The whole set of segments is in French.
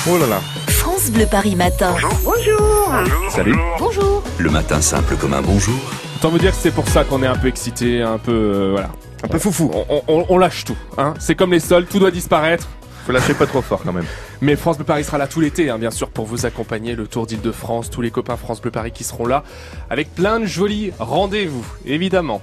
Oh là là. France Bleu Paris Matin. Bonjour. Salut. Bonjour. Le matin simple comme un bonjour. Autant vous dire que c'est pour ça qu'on est un peu excité, un peu voilà. Un peu foufou. On lâche tout, hein. C'est comme les soldes, tout doit disparaître. Faut lâcher pas trop fort quand même. Mais France Bleu Paris sera là tout l'été, hein, bien sûr, pour vous accompagner. Le Tour d'Île-de-France, tous les copains France Bleu Paris qui seront là, avec plein de jolis rendez-vous, évidemment.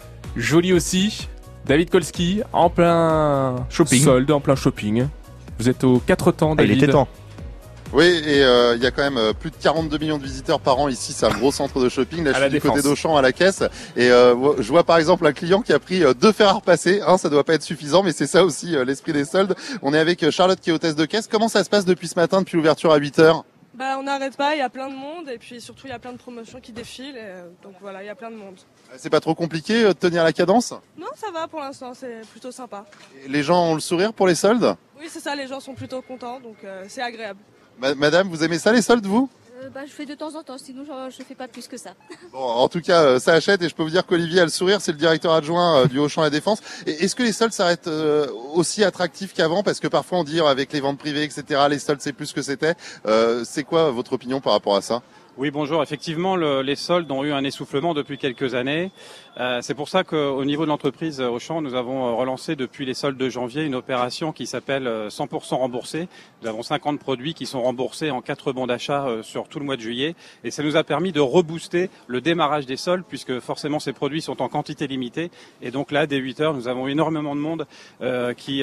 Joli aussi, David Kolski, en plein Shopping. solde, en plein shopping. Vous êtes aux 4 temps, Il David. était temps. Oui, et il y a quand même plus de 42 millions de visiteurs par an ici. C'est un gros centre de shopping. Là, À je la suis du côté Défense. d'Auchan à la caisse. Et je vois par exemple un client qui a pris 2 fers à repasser. Ça doit pas être suffisant, mais c'est ça aussi l'esprit des soldes. On est avec Charlotte qui est hôtesse de caisse. Comment ça se passe depuis ce matin, depuis l'ouverture à 8h? On n'arrête pas, il y a plein de monde et puis surtout il y a plein de promotions qui défilent. Donc voilà, il y a plein de monde. C'est pas trop compliqué de tenir la cadence? Non, ça va pour l'instant, c'est plutôt sympa. Les gens ont le sourire pour les soldes? Oui, c'est ça, les gens sont plutôt contents, donc c'est agréable. Madame, vous aimez ça les soldes, vous? Je fais de temps en temps, sinon je fais pas plus que ça. Bon, en tout cas, ça achète et je peux vous dire qu'Olivier a le sourire, c'est le directeur adjoint du Auchan La Défense. Et est-ce que les soldes s'arrêtent aussi attractifs qu'avant? Parce que parfois on dit avec les ventes privées, etc., les soldes c'est plus ce que c'était. C'est quoi votre opinion par rapport à ça? Oui, bonjour. Effectivement, les soldes ont eu un essoufflement depuis quelques années. C'est pour ça qu'au niveau de l'entreprise Auchan, nous avons relancé depuis les soldes de janvier une opération qui s'appelle 100% remboursé. Nous avons 50 produits qui sont remboursés en 4 bons d'achat sur tout le mois de juillet. Et ça nous a permis de rebooster le démarrage des soldes puisque forcément ces produits sont en quantité limitée. Et donc là, dès 8 heures, nous avons énormément de monde qui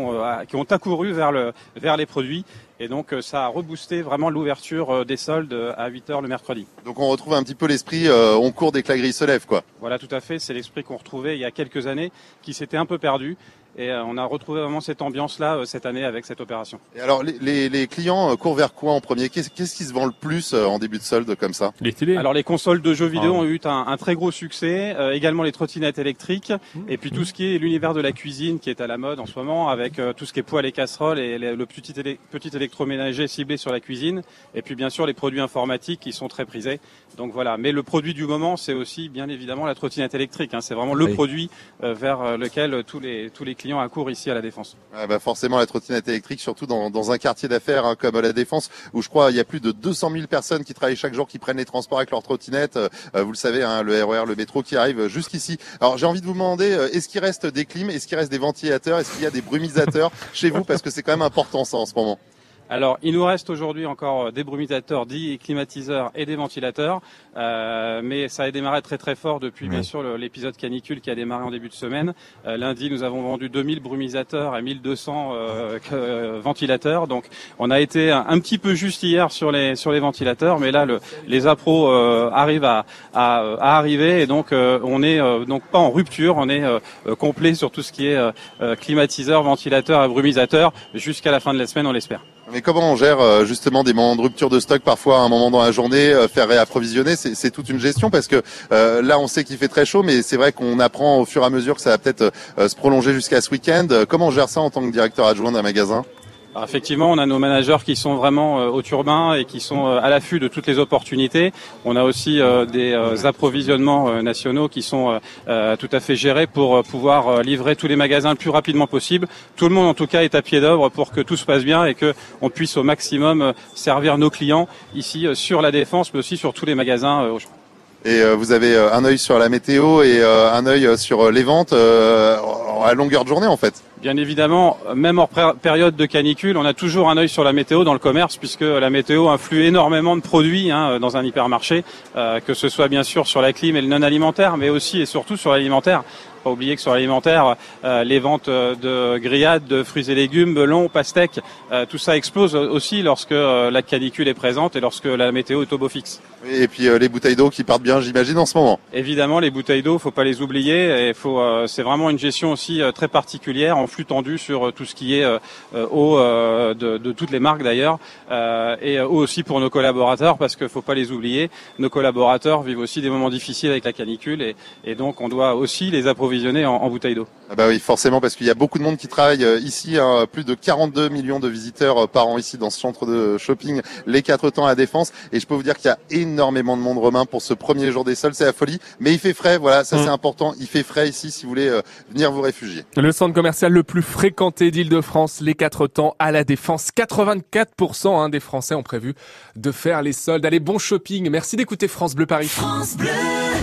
ont accouru vers les produits. Et donc ça a reboosté vraiment l'ouverture des soldes à 8h le mercredi. Donc on retrouve un petit peu l'esprit on court dès que la grille se lève, quoi. Voilà, tout à fait, c'est l'esprit qu'on retrouvait il y a quelques années, qui s'était un peu perdu. Et on a retrouvé vraiment cette ambiance-là cette année avec cette opération. Et alors les clients courent vers quoi en premier? Qu'est-ce qui se vend le plus en début de solde comme ça? Les télés. Alors les consoles de jeux vidéo ont eu un très gros succès, également les trottinettes électriques, et puis tout ce qui est l'univers de la cuisine qui est à la mode en ce moment, avec tout ce qui est poêles et casseroles et le petit électroménager ciblé sur la cuisine, et puis bien sûr les produits informatiques qui sont très prisés. Donc voilà, mais le produit du moment c'est aussi bien évidemment la trottinette électrique, hein. C'est vraiment le produit vers lequel tous les clients accourent ici à la Défense. Forcément la trottinette électrique, surtout dans un quartier d'affaires comme la Défense, où je crois il y a plus de 200 000 personnes qui travaillent chaque jour, qui prennent les transports avec leur trottinette. Vous le savez, le RER, le métro qui arrive jusqu'ici. Alors j'ai envie de vous demander, est-ce qu'il reste des clims, est-ce qu'il reste des ventilateurs, est-ce qu'il y a des brumisateurs chez vous, parce que c'est quand même important ça en ce moment. Alors, il nous reste aujourd'hui encore des brumisateurs dits climatiseurs et des ventilateurs, mais ça a démarré très très fort depuis bien sûr l'épisode canicule qui a démarré en début de semaine. Lundi, nous avons vendu 2000 brumisateurs et 1200 ventilateurs. Donc, on a été un petit peu juste hier sur les ventilateurs, mais là les appros arrivent à arriver et donc on est donc pas en rupture, on est complet sur tout ce qui est climatiseur, ventilateur et brumisateur jusqu'à la fin de la semaine, on l'espère. Mais comment on gère justement des moments de rupture de stock parfois à un moment dans la journée, faire réapprovisionner, c'est toute une gestion parce que là on sait qu'il fait très chaud, mais c'est vrai qu'on apprend au fur et à mesure que ça va peut-être se prolonger jusqu'à ce week-end. Comment on gère ça en tant que directeur adjoint d'un magasin? Alors effectivement, on a nos managers qui sont vraiment au turbin et qui sont à l'affût de toutes les opportunités. On a aussi des approvisionnements nationaux qui sont tout à fait gérés pour pouvoir livrer tous les magasins le plus rapidement possible. Tout le monde en tout cas est à pied d'œuvre pour que tout se passe bien et que on puisse au maximum servir nos clients ici sur la Défense, mais aussi sur tous les magasins Auchan. Et vous avez un œil sur la météo et un œil sur les ventes à longueur de journée en fait. Bien évidemment, même en période de canicule, on a toujours un œil sur la météo dans le commerce puisque la météo influe énormément de produits dans un hypermarché, que ce soit bien sûr sur la clim et le non alimentaire, mais aussi et surtout sur l'alimentaire. Pas oublier que sur l'alimentaire, les ventes de grillades, de fruits et légumes, melons, pastèques, tout ça explose aussi lorsque la canicule est présente et lorsque la météo est au beau fixe. Et puis les bouteilles d'eau qui partent bien, j'imagine, en ce moment. Évidemment, les bouteilles d'eau, faut pas les oublier. Et c'est vraiment une gestion aussi très particulière en flux tendu sur tout ce qui est eau de toutes les marques d'ailleurs, et eau aussi pour nos collaborateurs parce que faut pas les oublier. Nos collaborateurs vivent aussi des moments difficiles avec la canicule et donc on doit aussi les approvisionner en bouteilles d'eau. Ah bah oui, forcément, parce qu'il y a beaucoup de monde qui travaille ici, plus de 42 millions de visiteurs par an ici dans ce centre de shopping, les 4 temps à la Défense, et je peux vous dire qu'il y a énormément énormément de monde, Romain, pour ce premier jour des soldes. C'est la folie. Mais il fait frais, voilà, ça c'est important. Il fait frais ici si vous voulez venir vous réfugier. Le centre commercial le plus fréquenté d'Île-de-France, les 4 temps à la Défense. 84% des Français ont prévu de faire les soldes. Allez, bon shopping. Merci d'écouter France Bleu Paris. France Bleu.